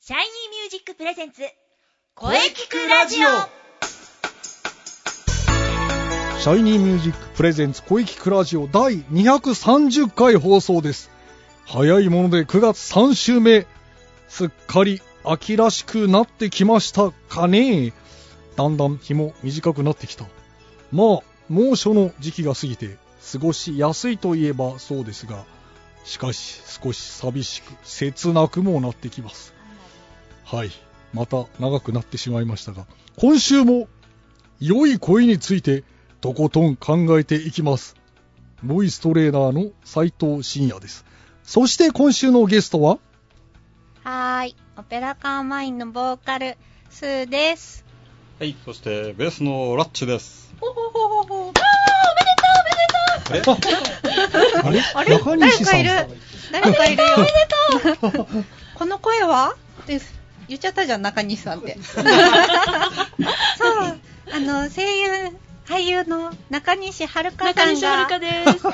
シャイニーミュージックプレゼンツ声聞くラジオ。 シャイニーミュージックプレゼンツ声聞くラジオ第230回放送です。早いもので9月3週目、すっかり秋らしくなってきましたかね。だんだん日も短くなってきた。まあ猛暑の時期が過ぎて過ごしやすいといえばそうですが、しかし少し寂しく切なくもなってきます。はい、また長くなってしまいましたが、今週も良い声についてとことん考えていきます。ボイストレーナーの斉藤真也です。そして今週のゲストは、 はーい、オペラカーマインのボーカルスーです。 はい、そしてベースのラッチです。 おめでとう。 あれ中西さん、 誰かいるよ。おめでとう。この声はです言っちゃったじゃん、中西さんって。そう、声優俳優の中西遥さんが来てくれてます。やったー。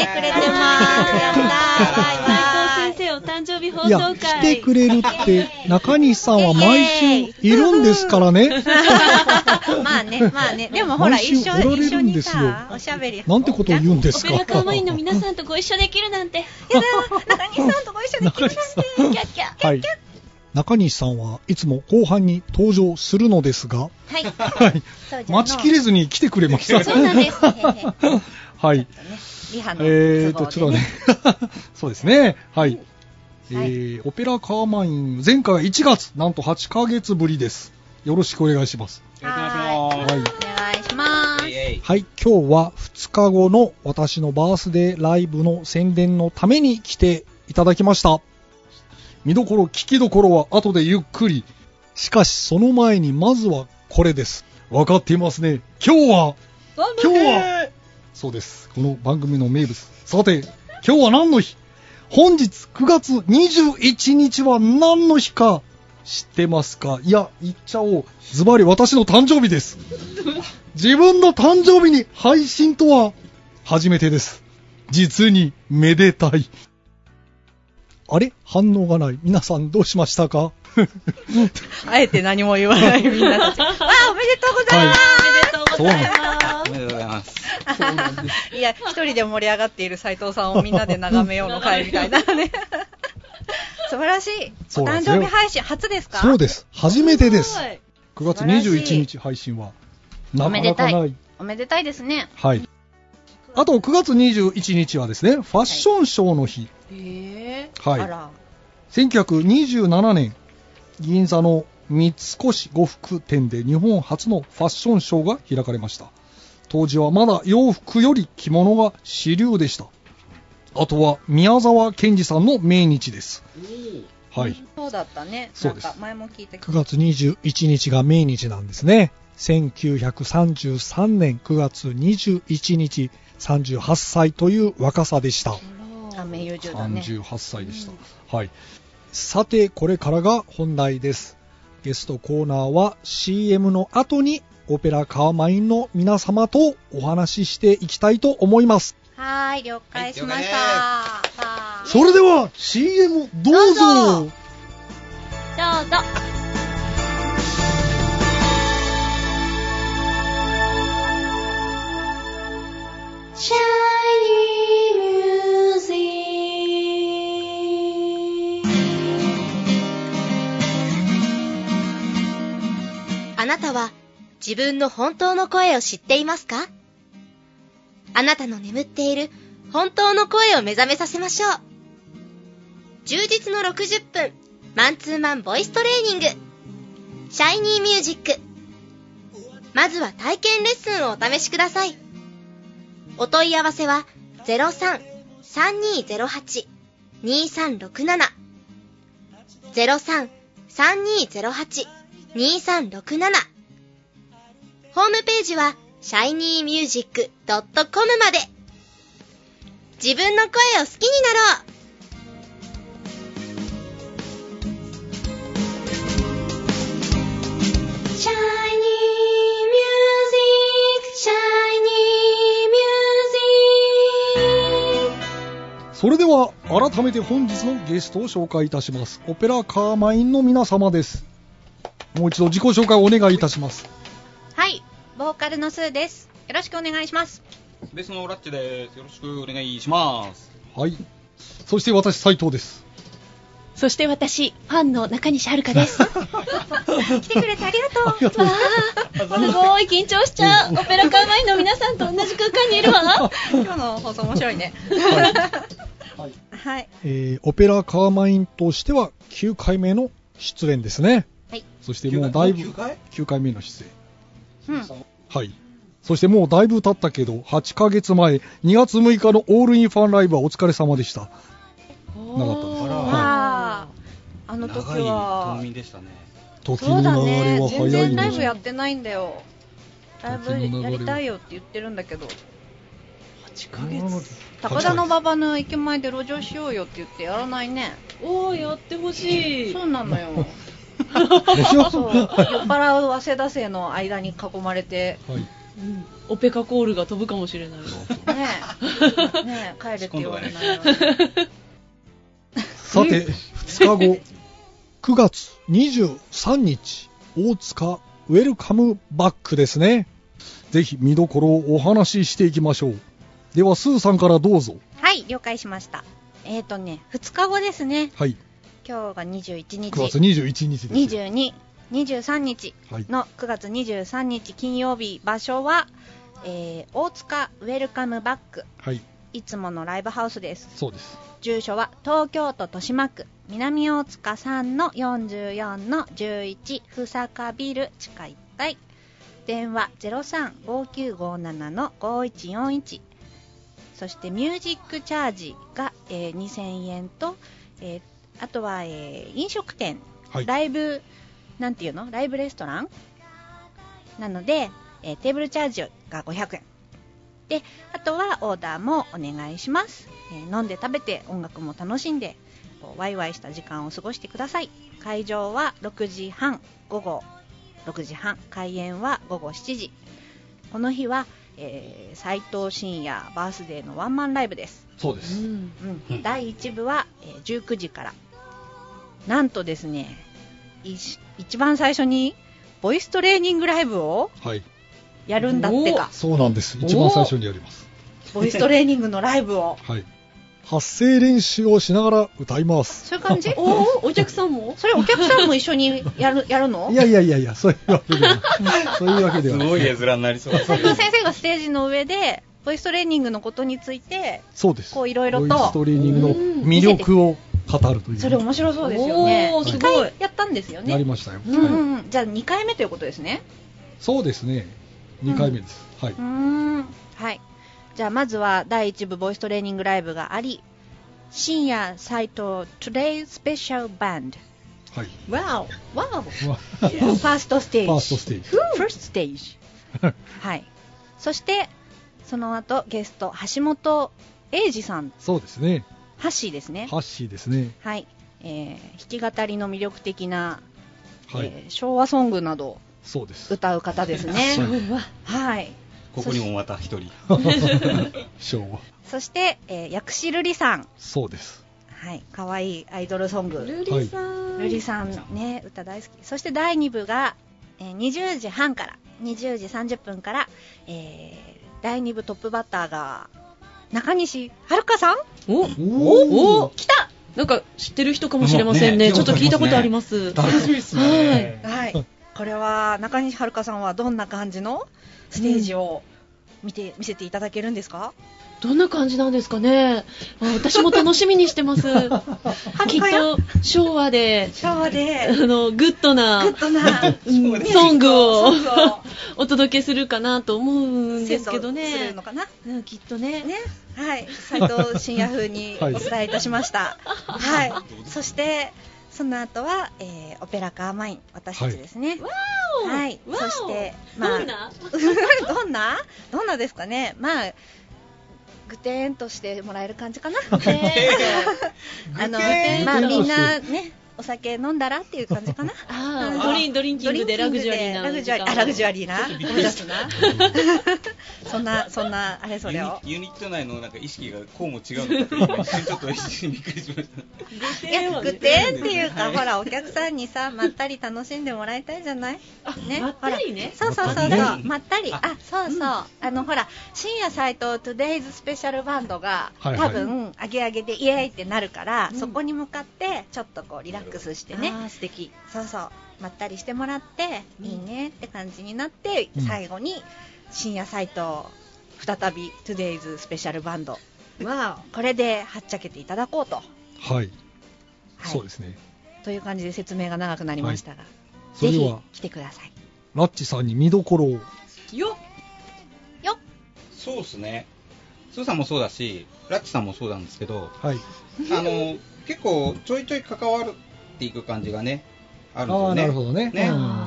斉藤先生お誕生日放送会。 いや、来てくれるって中西さんは毎週いるんですからね。 まあね。でもほら、一緒にさ、おしゃべり。 なんてことを言うんですか。 オペラカーマインの皆さんとご一緒できるなんて。 やだ、中西さんとご一緒できるなんて。キャッキャ。 はい。中西さんはいつも後半に登場するのですが、 はい。 待ちきれずに来てくれました。 そうなんです。 はい。 リハの都合でね。 ちょっとね。そうですね。はい。オペラカーマイン、前回は1月、なんと8ヶ月ぶりです。よろしくお願いします。 はい。お願いします。 はい。今日は2日後の私のバースデーライブの宣伝のために来ていただきました。見どころ、聞きどころは後でゆっくり。しかしその前にまずはこれです。分かっていますね。今日はそうです。この番組の名物。さて、今日は何の日？本日9月21日は何の日か知ってますか？いや、言っちゃおう。ズバリ私の誕生日です。自分の誕生日に配信とは初めてです。実にめでたい。あれ？反応がない。皆さんどうしましたか？ あえて何も言わないみんなたち。おめでとうございます。 おめでとうございます。 そうなんです。 いや、一人で盛り上がっている斉藤さんをみんなで眺めようの会みたいなね。素晴らしい。お誕生日配信初ですか？ そうです。初めてです。9月21日配信はなかなかない。 おめでたいですね。 はい。あと9月21日はですね、ファッションショーの日。はい。 あら。 1927年、銀座の三越呉服店で日本初のファッションショーが開かれました。当時はまだ洋服より着物が主流でした。あとは宮沢賢治さんの命日です。はい。 そうだったね。 そうです。 なんか前も聞いたけど。 9月21日が命日なんですね。1933年9月21日、38歳という若さでした。 名優中だね。 38歳でした。はい。さて、これからが本題です。ゲストコーナーは CM の後にオペラカーマインの皆様とお話ししていきたいと思います。 はい、了解しました。 それでは CM どうぞ。 どうぞ。 シャイニーミュージック。 あなたは自分の本当の声を知っていますか？あなたの眠っている本当の声を目覚めさせましょう。充実の60分マンツーマンボイストレーニング、シャイニーミュージック。まずは体験レッスンをお試しください。お問い合わせは 03-3208-2367 03-3208-2367。ホームページは shinymusic.com まで。自分の声を好きになろう。シャイニーミュージック、シャイニーミュージック。 それではは改めて本日のゲストを紹介いたします。オペラカーマインの皆様です。もう一度自己紹介をお願いいたします。 はい、ボーカルのスーです。よろしくお願いします。 ベースのラッチです。よろしくお願いします。 はい。そして私斉藤です。 そして私ファンの中西遥です。 来てくれてありがとう。 ありがとうございすごい緊張しちゃう。オペラカーマインの皆さんと同じ空間にいるわ。 今日の放送面白いね。 はいはい。 オペラカーマインとしては9回目の出演ですね。 はい。 そしてもうだいぶ 9 回目の出演。 うん。 はい。そしてもうだいぶ経ったけど8ヶ月前2月6日のオールインファンライブはお疲れ様でした。なかったです。 あの時長いは冬眠でしたね。 時の流れは早い全然んですよ。 ライブやってないんだよ。ライブやりたいよって言ってるんだけど、 8ヶ月。 高田の馬場の駅前で路上しようよって言ってやらないね。 おー、やってほしい。 そうなのよ。そう、酔っ払う早稲田生の間に囲まれて、 はい。 オペカコールが飛ぶかもしれない。 ねえ帰れって言われないよ。 さて2日後9月23日大塚ウェルカムバックですね。ぜひ見どころをお話ししていきましょう。ではスーさんからどうぞ。 はい、了解しました。2日後ですね。 はい。 今日が21日。 9月21日です。 22、23日はいの9月23日金曜日、場所は、大塚ウェルカムバック、 はい。 いつものライブハウスです。 そうです。 住所は東京都豊島区南大塚3-44-11ふさかビル地下1階、電話 03-5957-5141、そしてミュージックチャージが、2000円と、あとは、飲食店、 はい。 ライブなんていうの、ライブレストランなので、テーブルチャージが500円で、あとはオーダーもお願いします。飲んで食べて音楽も楽しんでワイワイした時間を過ごしてください。会場は6時半、午後6時半、開演は午後7時。この日は、斉藤慎也バースデーのワンマンライブです。 そうです。 第1部は、19時から。なんとですね、一番最初にボイストレーニングライブをはい。 やるんだってか。 そうなんです。一番最初にやります。 ボイストレーニングのライブを。 はい。発声練習をしながら歌います。 そういう感じ？ お客さんも？ それお客さんも一緒にやるの？ いや、そういうわけではない。そういうわけではない。 すごい絵面になりそうです。 斉藤先生がステージの上でボイストレーニングのことについて、 そうです。 こういろいろとボイストレーニングの魅力を語るという。 それ面白そうですよね。 おー、す 1 ごい。 回やったんですよね。 やりましたよ。 じゃあ2回目ということですね。 そうですね。2回目です。はい。 はい。じゃあまずは第1部ボイストレーニングライブがあり、深夜斉藤 Today Special Band。 はい。 わお。ファーストステージ。First stage。はい。そしてその後ゲスト橋本英二さん。 そうですね。 ハッシーですね。 ハッシーですね。 はい。弾き語りの魅力的な、 はい。 昭和ソングなどそうです。 歌う方ですね。はい。 ここにもまた一人。 昭和。 そして、薬師瑠璃さん。 そうです。 はい。可愛いアイドルソング。 瑠璃さん。 瑠璃さんね、歌大好き。そして第2部が、20時半から20時30分から、第2部トップバッターが中西遥さん。 お来た。なんか知ってる人かもしれませんね。ちょっと聞いたことあります。 楽しみですね。 はい。これは中西遥さんはどんな感じのステージを見せていただけるんですか？ どんな感じなんですかね。私も楽しみにしてます。きっと昭和でグッドなソングをお届けするかなと思うんですけどね。 するのかな？ きっとね。 はい。斉藤慎也風にお伝えいたしました。はい。そしてその後は、オペラカーマイン、私たちですね。はい。そしてどんなどんなですかね。まあぐてんとしてもらえる感じかな。まあみんなねお酒飲んだらっていう感じかな。 ドリンキングでラグジュアリーな。 ラグジュアリーな。思い出すな。そんな、あれそれを。 ユニット内のなんか意識がこうも違うのかって、一瞬ちょっとびっくりしました。 いや、グテンっていうか、ほら、お客さんにさ、まったり楽しんでもらいたいじゃない？ ね。まったりね。 そう。まったり。そう。ほら、深夜斎藤トゥデイズスペシャルバンドが、多分、アゲアゲでイエーイってなるから、そこに向かって、ちょっとこう、リラックスしてね。 素敵。 そう。まったりしてもらって、いいねって感じになって、最後に、深夜斎藤、再びトゥデイズスペシャルバンド。これで、はっちゃけていただこうと。 はい。そうですね。 という感じで説明が長くなりましたが、 ぜひ来てください。 ラッチさんに見どころを。 よっ。 そうですね。スーさんもそうだし、ラッチさんもそうなんですけど、結構ちょいちょい関わっていく感じがね、あるんですよね。 なるほどね。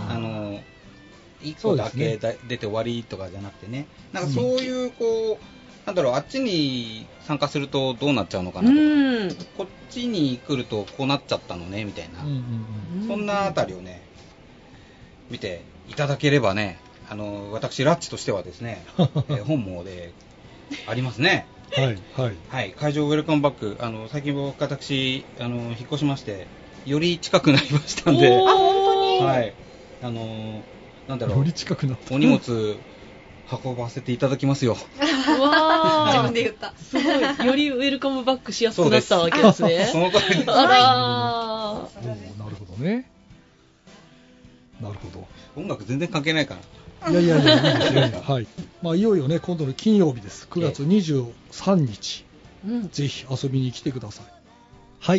1個だけ出て終わりとかじゃなくてね、なんかそういうこう、なんだろう、あっちに参加するとどうなっちゃうのかなとか、こっちに来るとこうなっちゃったのねみたいな、そんなあたりをね、見ていただければね、私ラッチとしてはですね、本望でありますね。はい、会場ウェルカムバック、最近私引っ越しましてより近くなりましたんで、 本当に、 はい、なんだろう、 より近くなった。 お荷物運ばせていただきますよ。 自分で言った。 すごい。よりウェルカムバックしやすくなったわけですね。 その通りです。 なるほどね。なるほど。 音楽全然関係ないから。 いや、はい。いよいよね、今度の金曜日です。9月23日。ぜひ遊びに来てください。はい、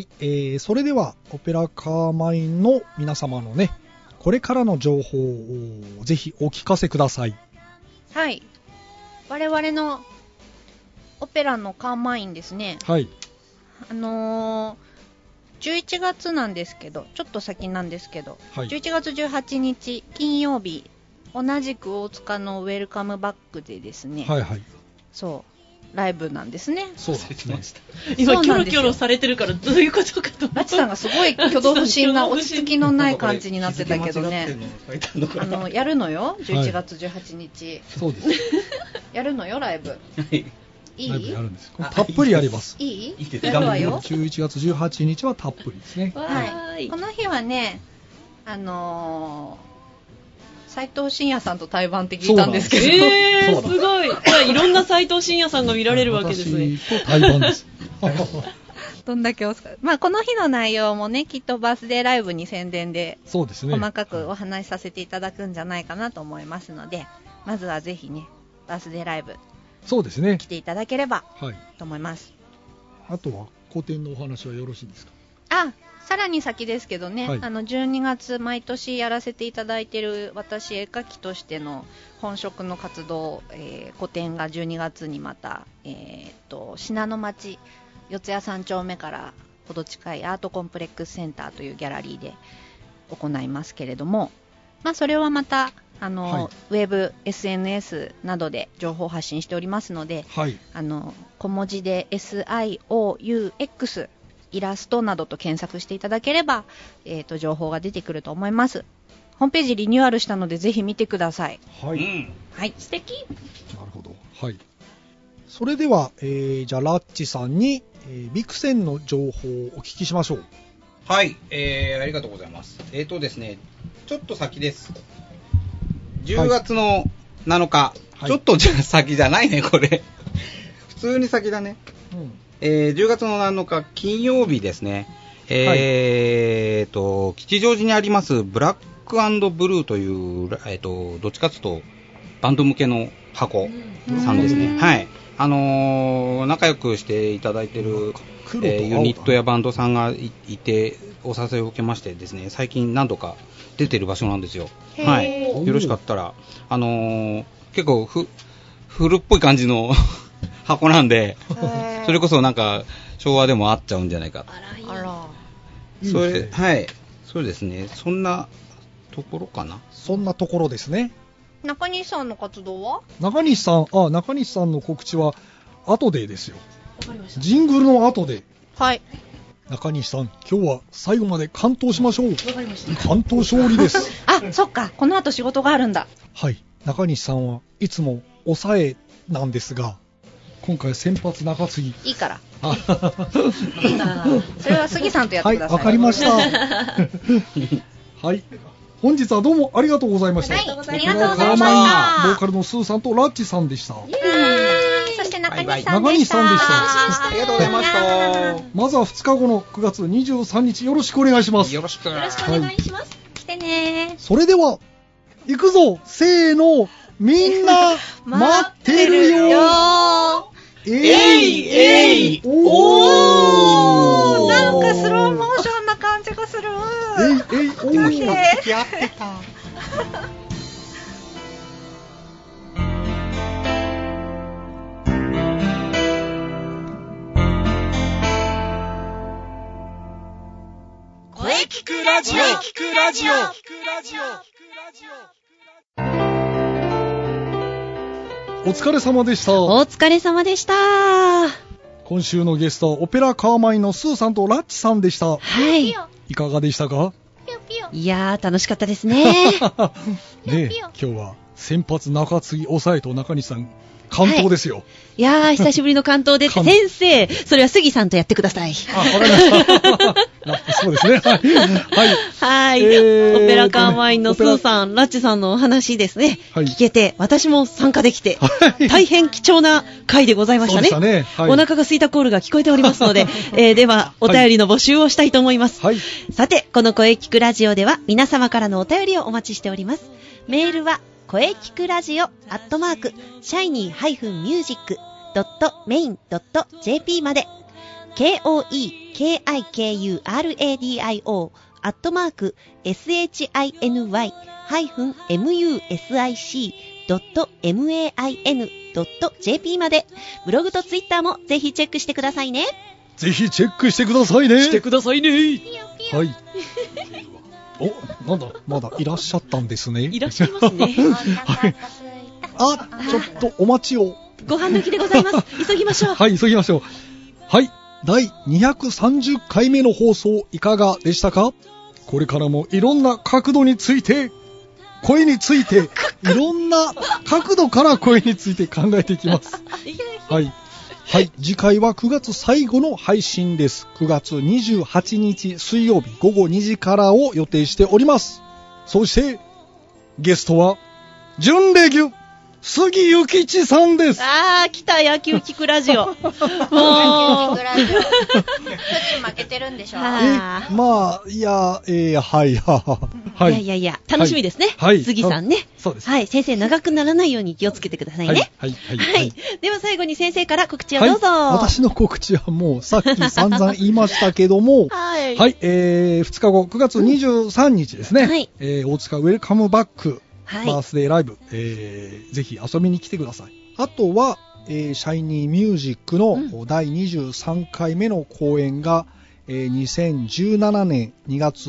それではオペラカーマインの皆様のね、これからの情報をぜひお聞かせください。 はい。我々のオペラのカーマインですね。 はい。 11月なんですけど、ちょっと先なんですけど、11月18日金曜日、同じく大塚のウェルカムバックでですね、そうライブなんですね。 そうですね。 今キョロキョロされてるからどういうことかと。 ラチさんがすごい挙動不審な落ち着きのない感じになってたけどね。やるのよ、11月18日。 そうです。 やるのよ、ライブ。いい？ ライブやるんです。たっぷりやります。 いい？ やるわよ。11月18日はたっぷりですね。 はい。この日はね、斉藤慎也さんと対バンって聞いたんですけど、 すごい。いろんな斉藤慎也さんが見られるわけですね。 私と対バンです。 どんだけこの日の内容もね、きっとバースデーライブに宣伝で細かくお話しさせていただくんじゃないかなと思いますので、まずはぜひね、バースデーライブそうですね、 来ていただければと思います。 あとは個展のお話はよろしいですか？ さらに先ですけどね、12月毎年やらせていただいている私絵描きとしての本職の活動、個展が12月にまた、信濃町四谷三丁目からほど近いアートコンプレックスセンターというギャラリーで行いますけれども、それはまたウェブ SNS などで情報発信しておりますので、小文字で SIOUXイラストなどと検索していただければ、情報が出てくると思います。ホームページリニューアルしたのでぜひ見てください。 はい。 素敵。 なるほど。はい。それでは、じゃあラッチさんに、ビクセンの情報をお聞きしましょう。 はい、ありがとうございます。ですね、ちょっと先です。10月の7日、ちょっと先じゃないねこれ。普通に先だね。10月の7日金曜日ですね、吉祥寺にありますブラック&ブルーという、どっちかというとバンド向けの箱さんですね。はい。仲良くしていただいている、ユニットやバンドさんが いてお誘いを受けましてですね、最近何度か出てる場所なんですよ。はい。よろしかったら、結構古っぽい感じの箱なんで、それこそなんか昭和でもあっちゃうんじゃないか。それ、はい、そうですね。そんなところかな。 そんなところですね。 中西さんの活動は？ 中西さんの告知は後でですよ。ジングルの後で。 はい。 中西さん、今日は最後まで完投しましょう。 わかりました。 完投勝利です。 あ、そっか。この後仕事があるんだ。 はい。中西さんはいつも抑えなんですが、今回先発中継ぎ。 いいから。 あそれは杉さんとやってください。 はい、わかりました。はい。本日はどうもありがとうございました。 はい、ありがとうございました。 ボーカルのスーさんとラッチさんでした。 そして中西さんでした。 中西さんでした。 ありがとうございました。 まずは2日後の9月23日よろしくお願いします。 よろしくお願いします。 来てね。 それでは行くぞ、せーの、みんな待ってるよ。 えいおー、なんかスローモーションな感じがする。 でも一つやってた。 声聞くラジオ。 お疲れ様でした。 お疲れ様でした。 今週のゲストはオペラカーマイのスーさんとラッチさんでした。 はい。 いかがでしたか？ いやー、楽しかったですね。 ねえ、今日は先発中継ぎ抑えと中西さん関東ですよ。 はい、いやー、久しぶりの関東でって先生、それは杉さんとやってください。 あ、わかりました。そうですね。はい。 はい。オペラカーマインのスーさん、ラッチさんのお話ですね。はい、聞けて、私も参加できて、大変貴重な回でございましたね。そうでしたね。はい、お腹が空いたコールが聞こえておりますので、では、お便りの募集をしたいと思います。はい。さて、この声聞くラジオでは、皆様からのお便りをお待ちしております。メールは、声聞くラジオshiny-music.main.jp まで shiny-music.main.jp までブログとツイッターもぜひチェックしてくださいね。 ぜひチェックしてくださいね。 してくださいね。 はい。お、なんだ、まだいらっしゃったんですね。 いらっしゃいますね。 はい。あ、ちょっとお待ちを。 ご飯抜きでございます。急ぎましょう。 はい、急ぎましょう。はい。第230回目の放送いかがでしたか？これからもいろんな角度について、声について、いろんな角度から声について考えていきます。はい。はい。次回は9月最後の配信です。9月28日水曜日午後2時からを予定しております。そして、ゲストは、準レギュ、杉ゆきちさんです。 あー、来た、野球聞くラジオ。もう。 野球聞くラジオ。巨人負けてるんでしょ。 まあ、いや、はい、 はい。いや、楽しみですね。はい。杉さんね。 そうです。 はい。先生、長くならないように気をつけてくださいね。はい。では最後に先生から告知をどうぞ。 私の告知はもうさっき散々言いましたけども、はい。2日後、9月23日ですね。はい。大塚ウェルカムバック。バースデーライブ、ぜひ遊びに来てください。あとは、シャイニーミュージックの第23回目の公演が、2017年2月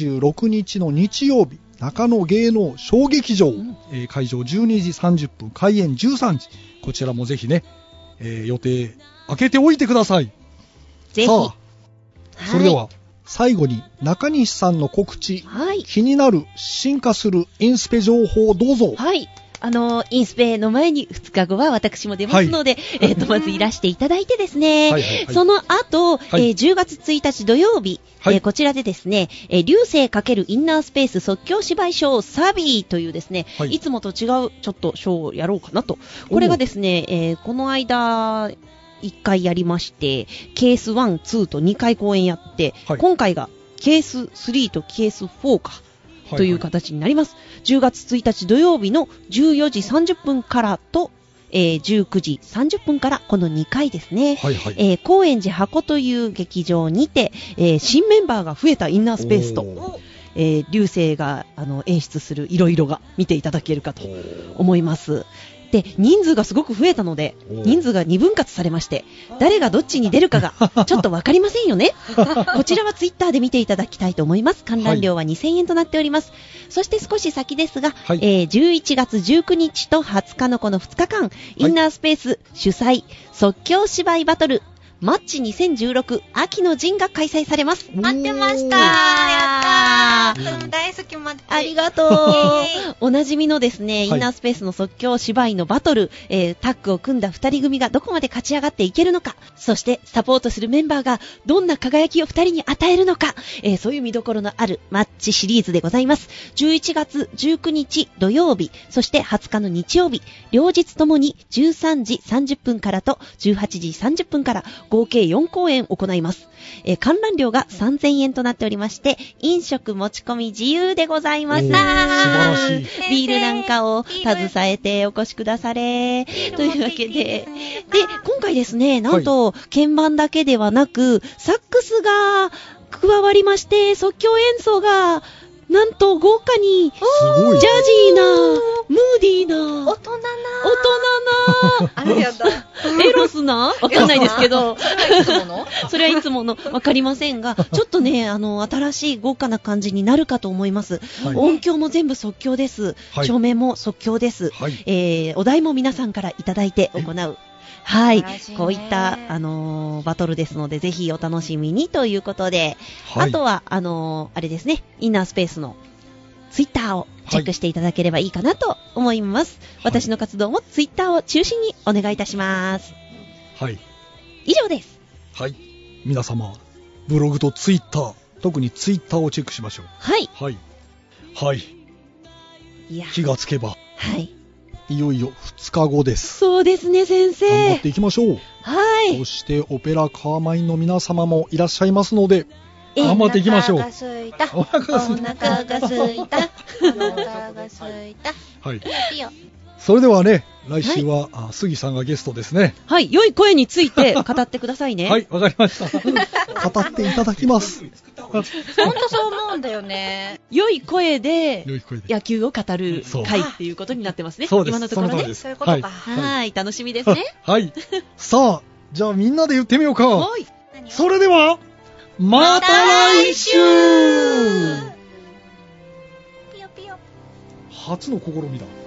26日の日曜日、中野芸能小劇場、会場12時30分、開演13時。こちらもぜひね、予定開けておいてください。 ぜひ。 さあ、それでは、最後に中西さんの告知、気になる進化するインスペ情報をどうぞ。 はい。インスペの前に2日後は私も出ますので、まずいらしていただいてですね、その後、10月1日土曜日、こちらでですね、流星×インナースペース即興芝居ショーサビーというですね、いつもと違うちょっとショーをやろうかなと。これがですね、この間、1回やりまして、ケース1、2と2回公演やって、今回がケース3とケース4か、という形になります。10月1日土曜日の14時30分からと、19時30分からこの2回ですね。高円寺箱という劇場にて、新メンバーが増えたインナースペースと、流星が演出するいろいろが見ていただけるかと思います。で、人数がすごく増えたので、人数が2分割されまして、誰がどっちに出るかがちょっとわかりませんよね。こちらはツイッターで見ていただきたいと思います。観覧料は2000円となっております。そして少し先ですが、11月19日と20日のこの2日間、インナースペース主催即興芝居バトルマッチ2016秋の陣が開催されます。 待ってました。 やったー。大好きマッチ。 ありがとう。おなじみのですね、インナースペースの即興芝居のバトル、タッグを組んだ2人組がどこまで勝ち上がっていけるのか、そしてサポートするメンバーがどんな輝きを2人に与えるのか、そういう見どころのあるマッチシリーズでございます。11月19日土曜日、そして20日の日曜日、両日ともに13時30分からと18時30分から合計4公演行います。観覧料が3000円となっておりまして、飲食持ち込み自由でございます。 素晴らしい。 ビールなんかを携えてお越しくだされ。というわけで、今回ですね、なんと、鍵盤だけではなく、サックスが加わりまして、即興演奏が、なんと豪華に、 すごい。 ジャジーな、ムーディーな、 大人な、 あれやだ。エロスなわかんないですけど。それはいつものわかりませんが、ちょっとね、新しい豪華な感じになるかと思います。 はい、 音響も全部即興です。 はい、 照明も即興です。 はい、 お題も皆さんからいただいて行う。はい。こういった、バトルですので、ぜひお楽しみにということで、はい、あとは、あれですね、インナースペースのツイッターをチェックしていただければいいかなと思います。はい、私の活動もツイッターを中心にお願いいたします。 はい。 以上です。 はい。皆様、ブログとツイッター、特にツイッターをチェックしましょう。 はい。 はい。はい。いや。気がつけば。 はい。 いよいよ2日後です。 そうですね、先生。 頑張っていきましょう。 はい。 そしてオペラカーマインの皆様もいらっしゃいますので、頑張っていきましょう。 お腹がすいた。お腹がすいた。お腹がすいた。 はい。それではね、来週は、はい、杉さんがゲストですね。 はい、良い声について語ってくださいね。 はい、わかりました。語っていただきます。 本当そう思うんだよね。 良い声で野球を語る会っていうことになってますね。 そうです。 今のところね。 そういうことか。 はい、楽しみですね。 はい。さあ、じゃあみんなで言ってみようか。はい。それでは、また来週。 ピヨピヨ。 初の試みだ。